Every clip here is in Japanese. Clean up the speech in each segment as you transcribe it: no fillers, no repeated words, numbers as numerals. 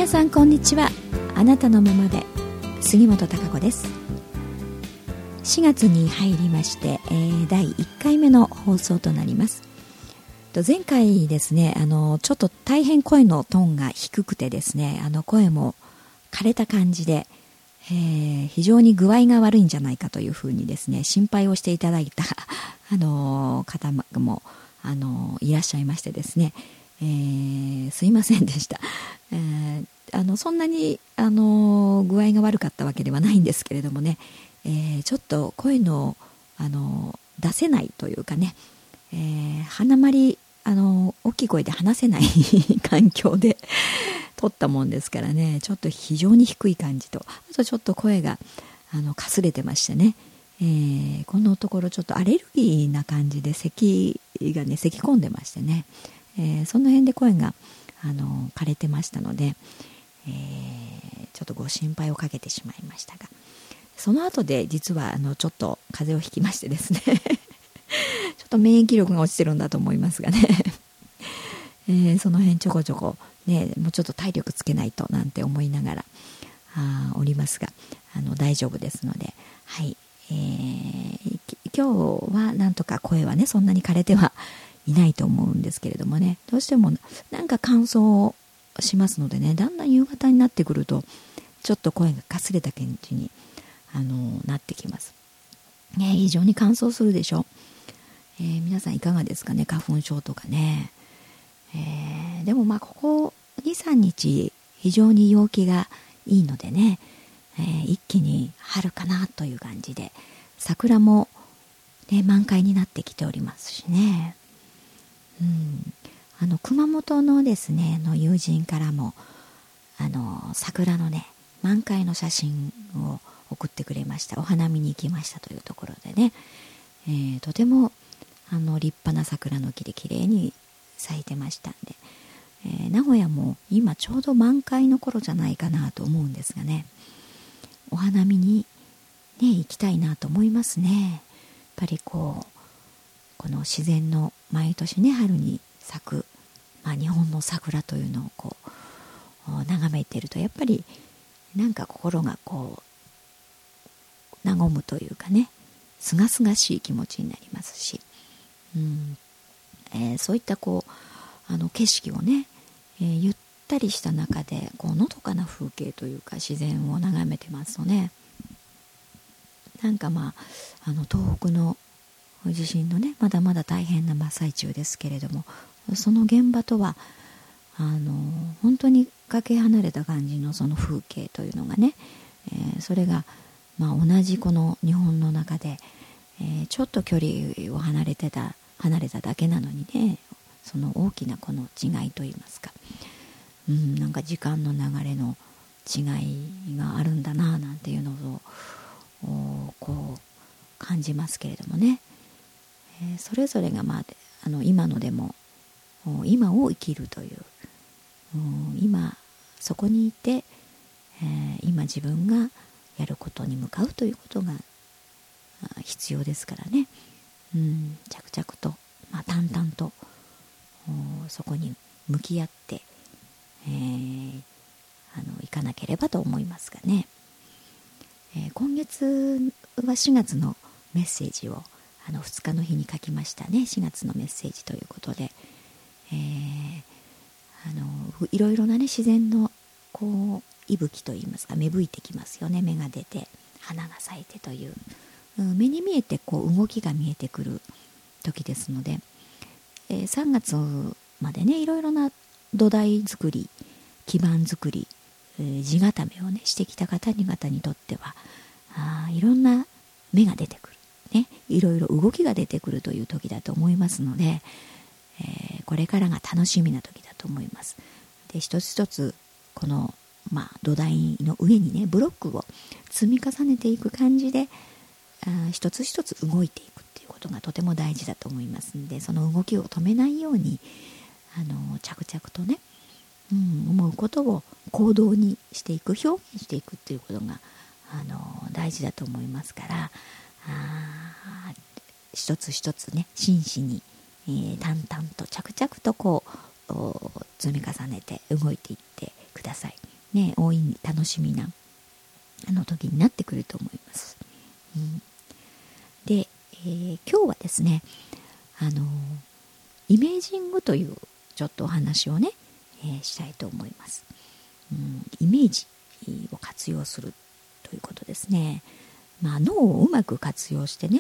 皆さんこんにちは。あなたのままで杉本孝子です。4月に入りまして、第1回目の放送となります。前回ですね、ちょっと大変声のトーンが低くてですね、声も枯れた感じで、非常に具合が悪いんじゃないかというふうにですね、心配をしていただいた方もいらっしゃいましてですね、すいませんでした。そんなに具合が悪かったわけではないんですけれどもね、ちょっと声の出せないというかね、あまり大きい声で話せない環境で撮ったもんですからね、ちょっと非常に低い感じと、あとちょっと声がかすれてましてね、このところちょっとアレルギーな感じで咳がね、咳込んでましてね、その辺で声が枯れてましたので、ちょっとご心配をかけてしまいましたが、その後で実はちょっと風邪をひきましてですねちょっと免疫力が落ちてるんだと思いますがね、その辺ちょこちょこね、もうちょっと体力つけないとなんて思いながらおりますが、大丈夫ですので、はい、今日はなんとか声はね、そんなに枯れてはいないと思うんですけれどもね、どうしてもなんか乾燥しますのでね、だんだん夕方になってくるとちょっと声がかすれた感じになってきます、ね。非常に乾燥するでしょ。皆さんいかがですかね、花粉症とかね。でもここ 2,3 日非常に陽気がいいのでね、一気に春かなという感じで、桜も、ね、満開になってきておりますしね。熊本のですね友人からも桜のね満開の写真を送ってくれました。お花見に行きましたというところでね、とても立派な桜の木で綺麗に咲いてましたんで、名古屋も今ちょうど満開の頃じゃないかなと思うんですがね、お花見に、ね、行きたいなと思いますね。やっぱりこの自然の毎年ね春に咲く、日本の桜というのを眺めていると、やっぱりなんか心が和むというかね、すがすがしい気持ちになりますし、そういった景色をね、ゆったりした中でのどかな風景というか自然を眺めてますとね、なんか東北の地震のね、まだまだ大変な真っ最中ですけれども、その現場とは本当にかけ離れた感じのその風景というのがね、それが同じこの日本の中で、ちょっと距離を離れただけなのにね、その大きなこの違いといいますか、なんか時間の流れの違いがあるんだななんていうのを感じますけれどもね、それぞれが今のでも今を生きるという、今そこにいて、今自分がやることに向かうということが必要ですからね、着々と、淡々とそこに向き合って、いかなければと思いますがね、今月は4月のメッセージを2日の日に書きましたね。4月のメッセージということで、いろいろなね自然の息吹といいますか、芽吹いてきますよね。芽が出て花が咲いてという、目に見えて動きが見えてくる時ですので、3月までねいろいろな土台作り、基盤作り、地固めをねしてきた方々にとってはいろんな芽が出てくる、ね、いろいろ動きが出てくるという時だと思いますので、これからが楽しみな時だと思います。で、一つ一つこの、土台の上にねブロックを積み重ねていく感じで、一つ一つ動いていくっていうことがとても大事だと思いますので、その動きを止めないように着々とね、思うことを行動にしていく、表現していくっていうことが大事だと思いますから、一つ一つね真摯に、淡々と着々と積み重ねて動いていってください。 ね、大いに楽しみな時になってくると思います。で、今日はですね、イメージングというちょっとお話をね、したいと思います。イメージを活用するということですね。脳をうまく活用してね、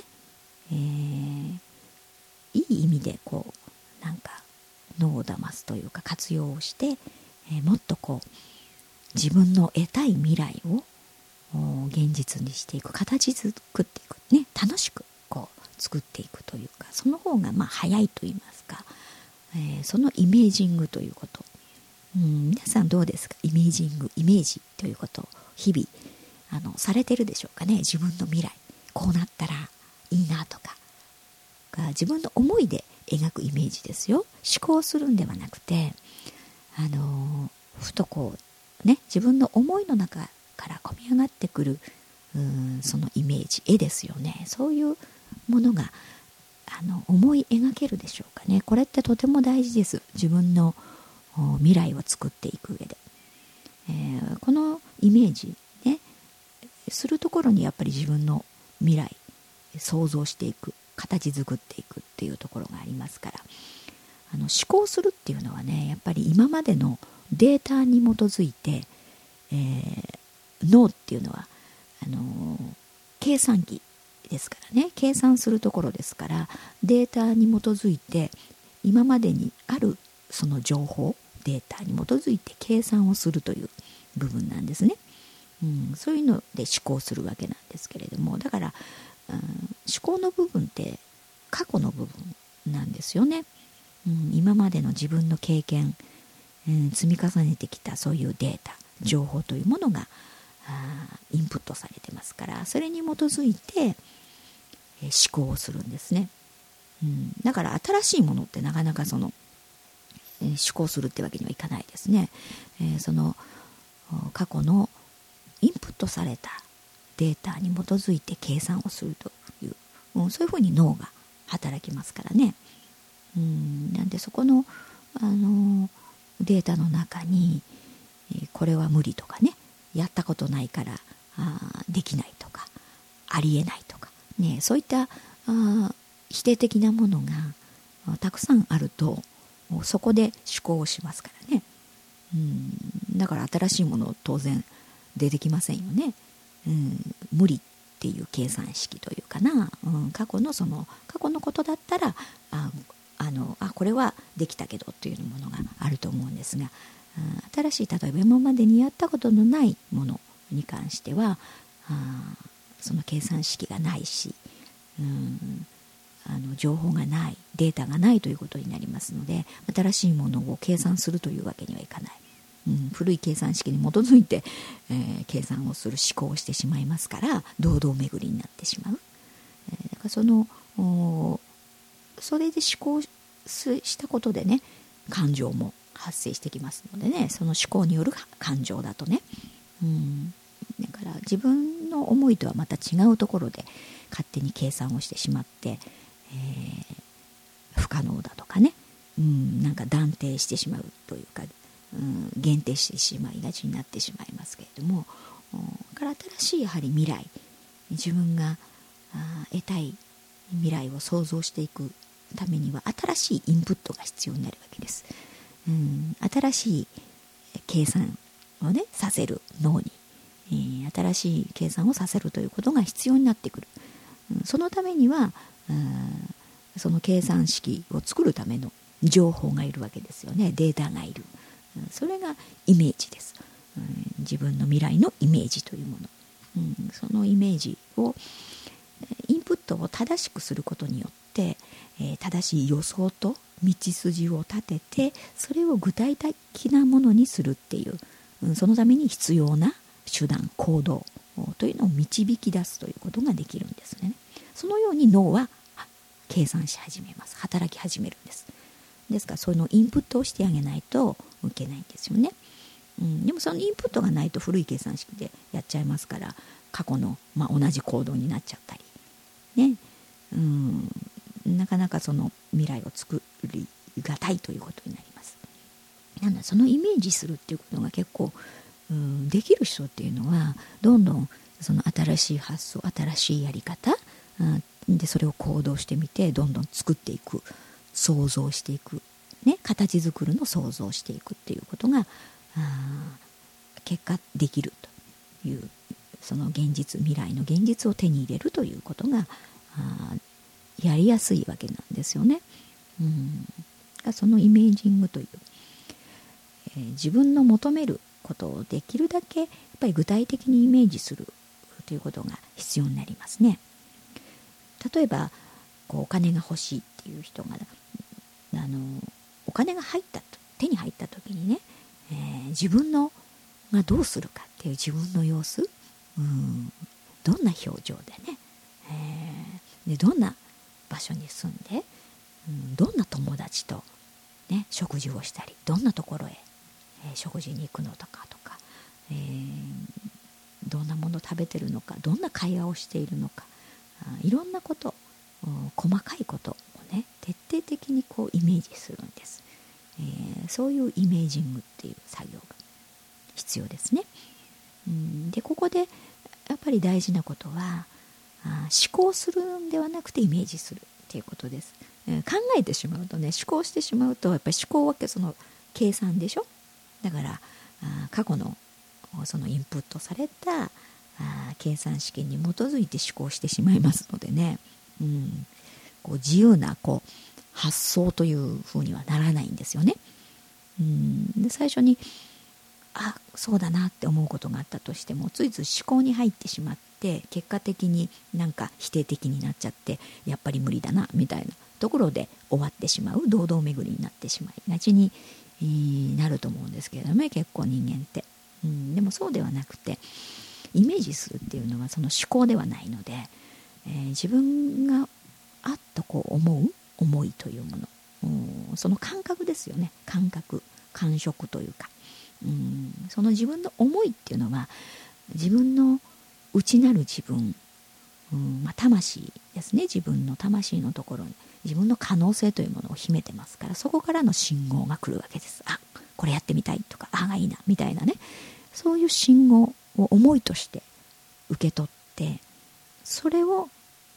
いい意味で脳を騙すというか活用をして、もっと自分の得たい未来を現実にしていく、形作っていくね、楽しく作っていくというか、その方が早いと言いますか、そのイメージングということ、皆さんどうですか？イメージということを日々されてるでしょうかね。自分の未来こうなったらいいなとか自分の思いで描くイメージですよ。思考するんではなくてふと自分の思いの中から込み上がってくるそのイメージ、絵ですよね。そういうものが思い描けるでしょうかね。これってとても大事です。自分の未来を作っていく上で、このイメージねするところにやっぱり自分の未来想像していく、形作っていくっていうところがありますから、思考するっていうのはね、やっぱり今までのデータに基づいて、脳っていうのは計算機ですからね、計算するところですから、データに基づいて今までにあるその情報データに基づいて計算をするという部分なんですね。そういうので思考するわけなんですけれども、だから、思考の部分って過去の部分なんですよね。今までの自分の経験、積み重ねてきたそういうデータ情報というものがインプットされてますから、それに基づいて思考をするんですね。だから新しいものってなかなか思考するってわけにはいかないですね。その過去のインプットされたデータに基づいて計算をするという、そういうふうに脳が働きますからね。なんでそこの、データの中に、これは無理とかね、やったことないからできないとかありえないとか、ね、そういった否定的なものがたくさんあるとそこで思考をしますからね。だから新しいもの当然出てきませんよね。無理っていう計算式というかな、過去のことだったらこれはできたけどというものがあると思うんですが、新しい例えば今までにやったことのないものに関してはその計算式がないし、情報がない、データがないということになりますので、新しいものを計算するというわけにはいかない。古い計算式に基づいて、計算をする思考をしてしまいますから、堂々巡りになってしまう。だからそれで思考したことでね、感情も発生してきますのでね、その思考による感情だとね、だから自分の思いとはまた違うところで勝手に計算をしてしまって、不可能だとかね、なんか断定してしまうというか、限定してしまいがちになってしまいますけれども、だから新しいやはり未来、自分が得たい未来を想像していくためには新しいインプットが必要になるわけです。新しい計算をねさせる脳に、新しい計算をさせるということが必要になってくる。そのためにはその計算式を作るための情報がいるわけですよね。データがいる。それがイメージです。自分の未来のイメージというもの、そのイメージをインプットを正しくすることによって、正しい予想と道筋を立てて、それを具体的なものにするっていう、そのために必要な手段行動というのを導き出すということができるんですね。そのように脳は計算し始めます。働き始めるんです。ですからそのインプットをしてあげないといけないんですよね。でもそのインプットがないと古い計算式でやっちゃいますから、過去の、同じ行動になっちゃったりね、なかなかその未来を作りがたいということになります。なのでそのイメージするっていうことが結構できる人っていうのはどんどんその新しい発想、新しいやり方、でそれを行動してみてどんどん作っていく、想像していく、ね、形作るの想像していくっていうことが結果できるという、その現実、未来の現実を手に入れるということがやりやすいわけなんですよね。そのイメージングという、自分の求めることをできるだけやっぱり具体的にイメージするということが必要になりますね。例えばお金が欲しいっていう人がお金が手に入った時にね、自分がどうするかっていう自分の様子、どんな表情でね、でどんな場所に住んで、どんな友達と、ね、食事をしたり、どんなところへ、食事に行くのとか、どんなものを食べてるのか、どんな会話をしているのか、いろんなこと、細かいことをね徹底的にイメージするんです。そういうイメージングっていう作業が必要ですね。でここでやっぱり大事なことは思考するんではなくてイメージするっていうことです。考えてしまうとね、思考してしまうとやっぱり思考はその計算でしょ。だから過去のそのインプットされた計算式に基づいて思考してしまいますのでね、自由な発想というふうにはならないんですよね。で最初にそうだなって思うことがあったとしても、ついつい思考に入ってしまって結果的になんか否定的になっちゃって、やっぱり無理だなみたいなところで終わってしまう、堂々巡りになってしまいがちになると思うんですけれども、結構人間って、でもそうではなくて、イメージするっていうのはその思考ではないので、自分が思う思いというもの、その感覚ですよね。感触というか、その自分の思いっていうのは自分の内なる自分、魂ですね。自分の魂のところに自分の可能性というものを秘めてますから、そこからの信号が来るわけです。これやってみたいとか、がいいなみたいなね、そういう信号を思いとして受け取って、それを、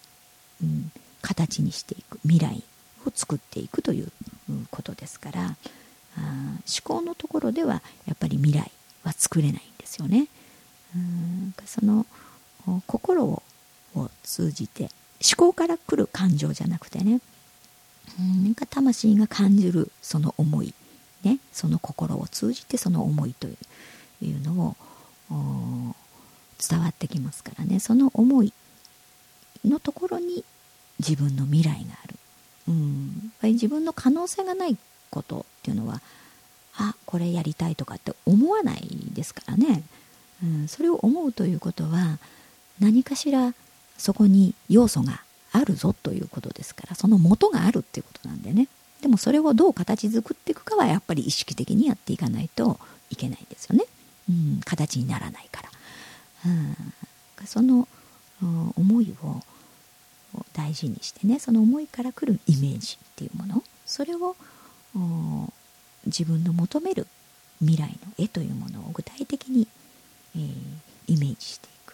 形にしていく、未来を作っていくということですから、思考のところではやっぱり未来は作れないんですよね。その心を通じて、思考から来る感情じゃなくてね、なんか魂が感じるその思い、ね、その心を通じてその思いというのを伝わってきますからね。その思いのところに自分の未来がある。やっぱり自分の可能性がないことっていうのは、これやりたいとかって思わないですからね。それを思うということは、何かしらそこに要素があるぞということですから、その元があるっていうことなんでね。でもそれをどう形作っていくかはやっぱり意識的にやっていかないといけないんですよね。形にならないから。その思いを大事にしてね、その思いから来るイメージっていうもの、それを自分の求める未来の絵というものを具体的に、イメージしていく。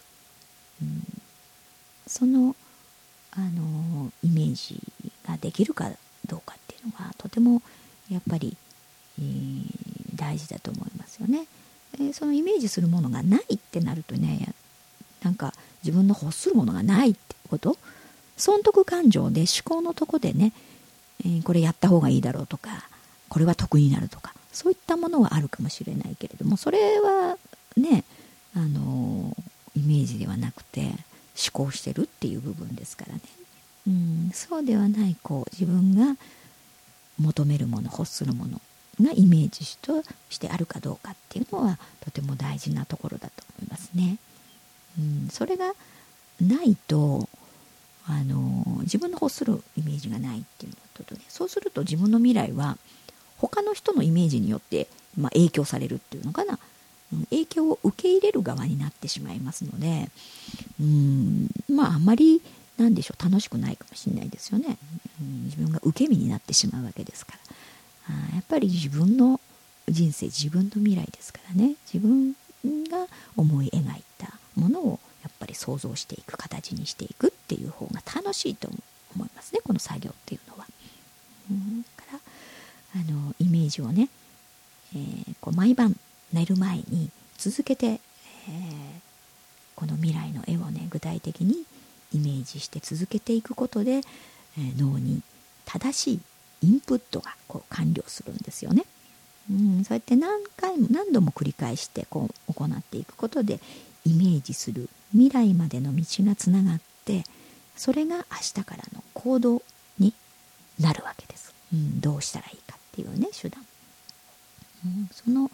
そのイメージができるかどうかっていうのがとてもやっぱり、大事だと思いますよね。そのイメージするものがないってなるとね、なんか自分の欲するものがないってこと、損得感情で思考のとこでね、これやった方がいいだろうとか、これは得になるとか、そういったものはあるかもしれないけれども、それはね、イメージではなくて思考してるっていう部分ですからね。そうではない自分が求めるもの、欲するものがイメージとしてあるかどうかっていうのはとても大事なところだと思いますね。それがないと自分の欲するイメージがないっていうのとね、そうすると自分の未来は他の人のイメージによって、影響されるっていうのかな、影響を受け入れる側になってしまいますので、あんまりなんでしょう、楽しくないかもしれないですよね。自分が受け身になってしまうわけですから、やっぱり自分の人生、自分の未来ですからね、自分が思い描いたものをやっぱり想像していく、形にしていくっていう方が楽しいと思いますね、この作業っていうのは。だからイメージをね、こう毎晩寝る前に続けて、この未来の絵をね具体的にイメージして続けていくことで、脳に正しいインプットがこう完了するんですよね。そうやって何回も何度も繰り返してこう行っていくことで、イメージする未来までの道がつながって、それが明日からの行動になるわけです。どうしたらいいかっていうね手段、その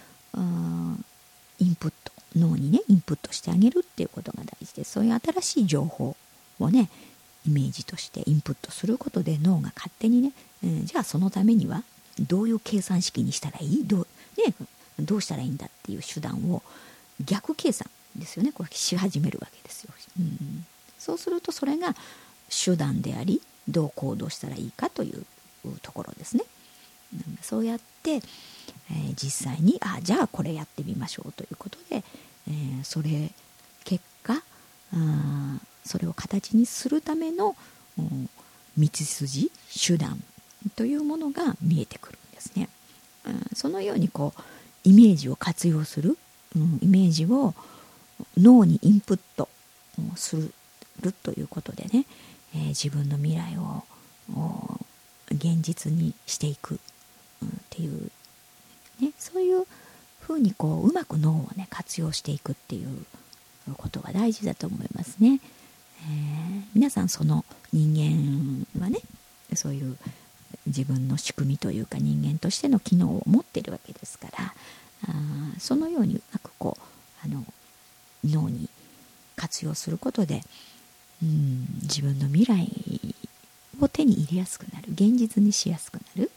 インプット、脳にねインプットしてあげるっていうことが大事です。そういう新しい情報をねイメージとしてインプットすることで、脳が勝手にね、じゃあそのためにはどういう計算式にしたらいい、どうしたらいいんだっていう手段を逆計算ですよね、これし始めるわけですよ。そうするとそれが手段であり、どう行動したらいいかというところですね。そうやって、実際にじゃあこれやってみましょうということで、それ結果それを形にするための道筋、手段というものが見えてくるんですね。そのようにこうイメージを活用する、イメージを脳にインプットするということでね、自分の未来を現実にしていく、っていう、ね、そういうふうにこううまく脳をね活用していくっていうことが大事だと思いますね。皆さんその人間はね、そういう自分の仕組みというか人間としての機能を持っているわけですから、そのようにうまくこう脳に活用することで、自分の未来を手に入れやすくなる、現実にしやすくなる、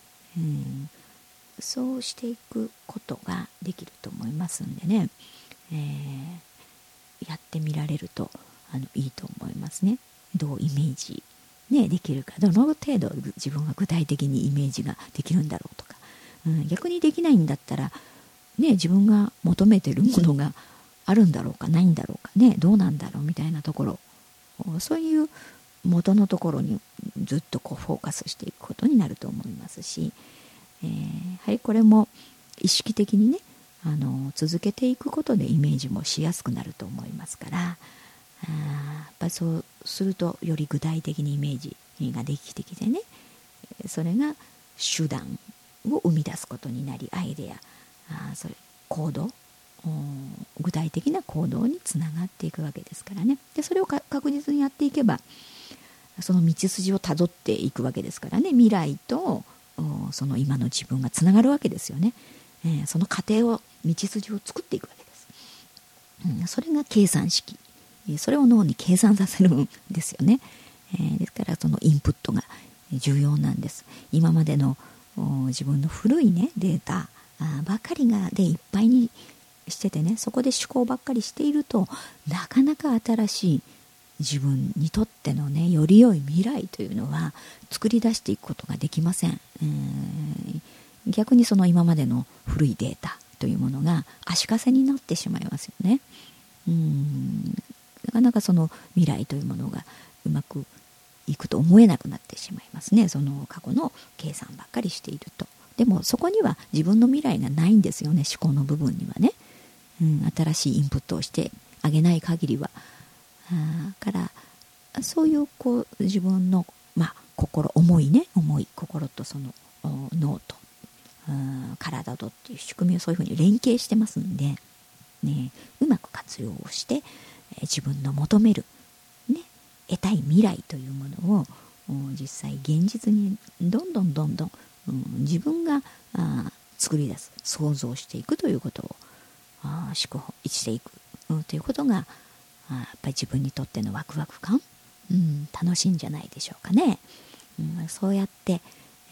そうしていくことができると思いますんでね、やってみられるといいと思いますね。どうイメージ、できるか、どの程度自分が具体的にイメージができるんだろうとか、逆にできないんだったら、自分が求めてるものがあるんだろうかないんだろうかどうなんだろうみたいなところ、そういう元のところにずっとこうフォーカスしていくことになると思いますし、やはりこれも意識的にね続けていくことでイメージもしやすくなると思いますから、やっぱりそうするとより具体的にイメージができてきてね、それが手段を生み出すことになり、アイデア、それ行動、具体的な行動につながっていくわけですからね。でそれを確実にやっていけば、その道筋をたどっていくわけですからね、未来とその今の自分がつながるわけですよね。その過程を、道筋を作っていくわけです。それが計算式、それを脳に計算させるんですよね。ですからそのインプットが重要なんです。今までの自分の古いねデータばっかりでいっぱいにしててね、そこで思考ばっかりしていると、なかなか新しい自分にとってのねより良い未来というのは作り出していくことができません。逆にその今までの古いデータというものが足かせになってしまいますよね。なかなかその未来というものがうまくいくと思えなくなってしまいますね。その過去の計算ばっかりしていると。でもそこには自分の未来がないんですよね、思考の部分にはね。新しいインプットをしてあげない限りは。からそういうこう自分の、心、思い心とその脳と体とっていう仕組みをそういうふうに連携してますんで、うまく活用をして、自分の求める、得たい未来というものを実際現実にどんどん、自分が作り出す、想像していくということをしていく、ということがやっぱり自分にとってのワクワク感、楽しいんじゃないでしょうかね。そうやって、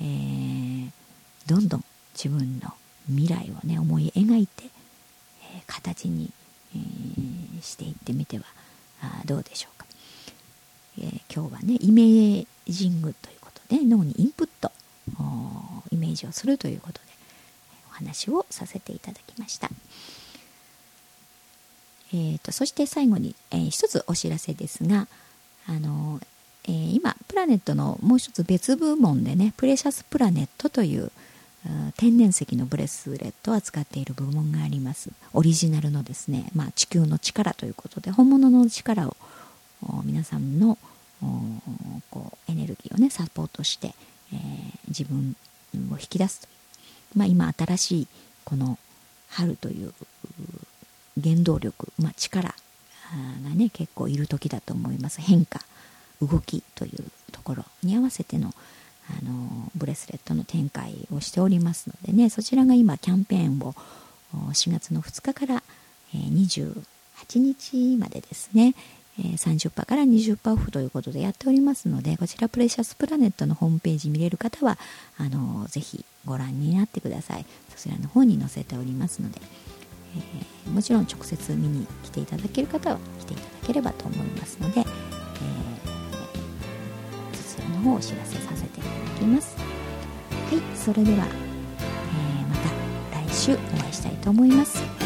どんどん自分の未来をね思い描いて、形に、していってみてはどうでしょうか。今日はねイメージングということで、脳にインプットイメージをするということでお話をさせていただきました。 そして最後に、一つお知らせですが、今プラネットのもう一つ別部門でね、プレシャスプラネットという天然石のブレスレットを扱っている部門があります。オリジナルのですね、地球の力ということで、本物の力を皆さんのエネルギーをねサポートして、自分を引き出すという、今新しいこの春という原動力、力がね結構いる時だと思います。変化、動きというところに合わせてのブレスレットの展開をしておりますのでね、そちらが今キャンペーンを4月の2日から28日までですね、30% から 20% オフということでやっておりますので、こちらプレシャスプラネットのホームページ見れる方はぜひご覧になってください。そちらの方に載せておりますので、もちろん直接見に来ていただける方は来ていただければと思いますので、そちらの方をお知らせさせていただきます。はい、それでは、また来週お会いしたいと思います。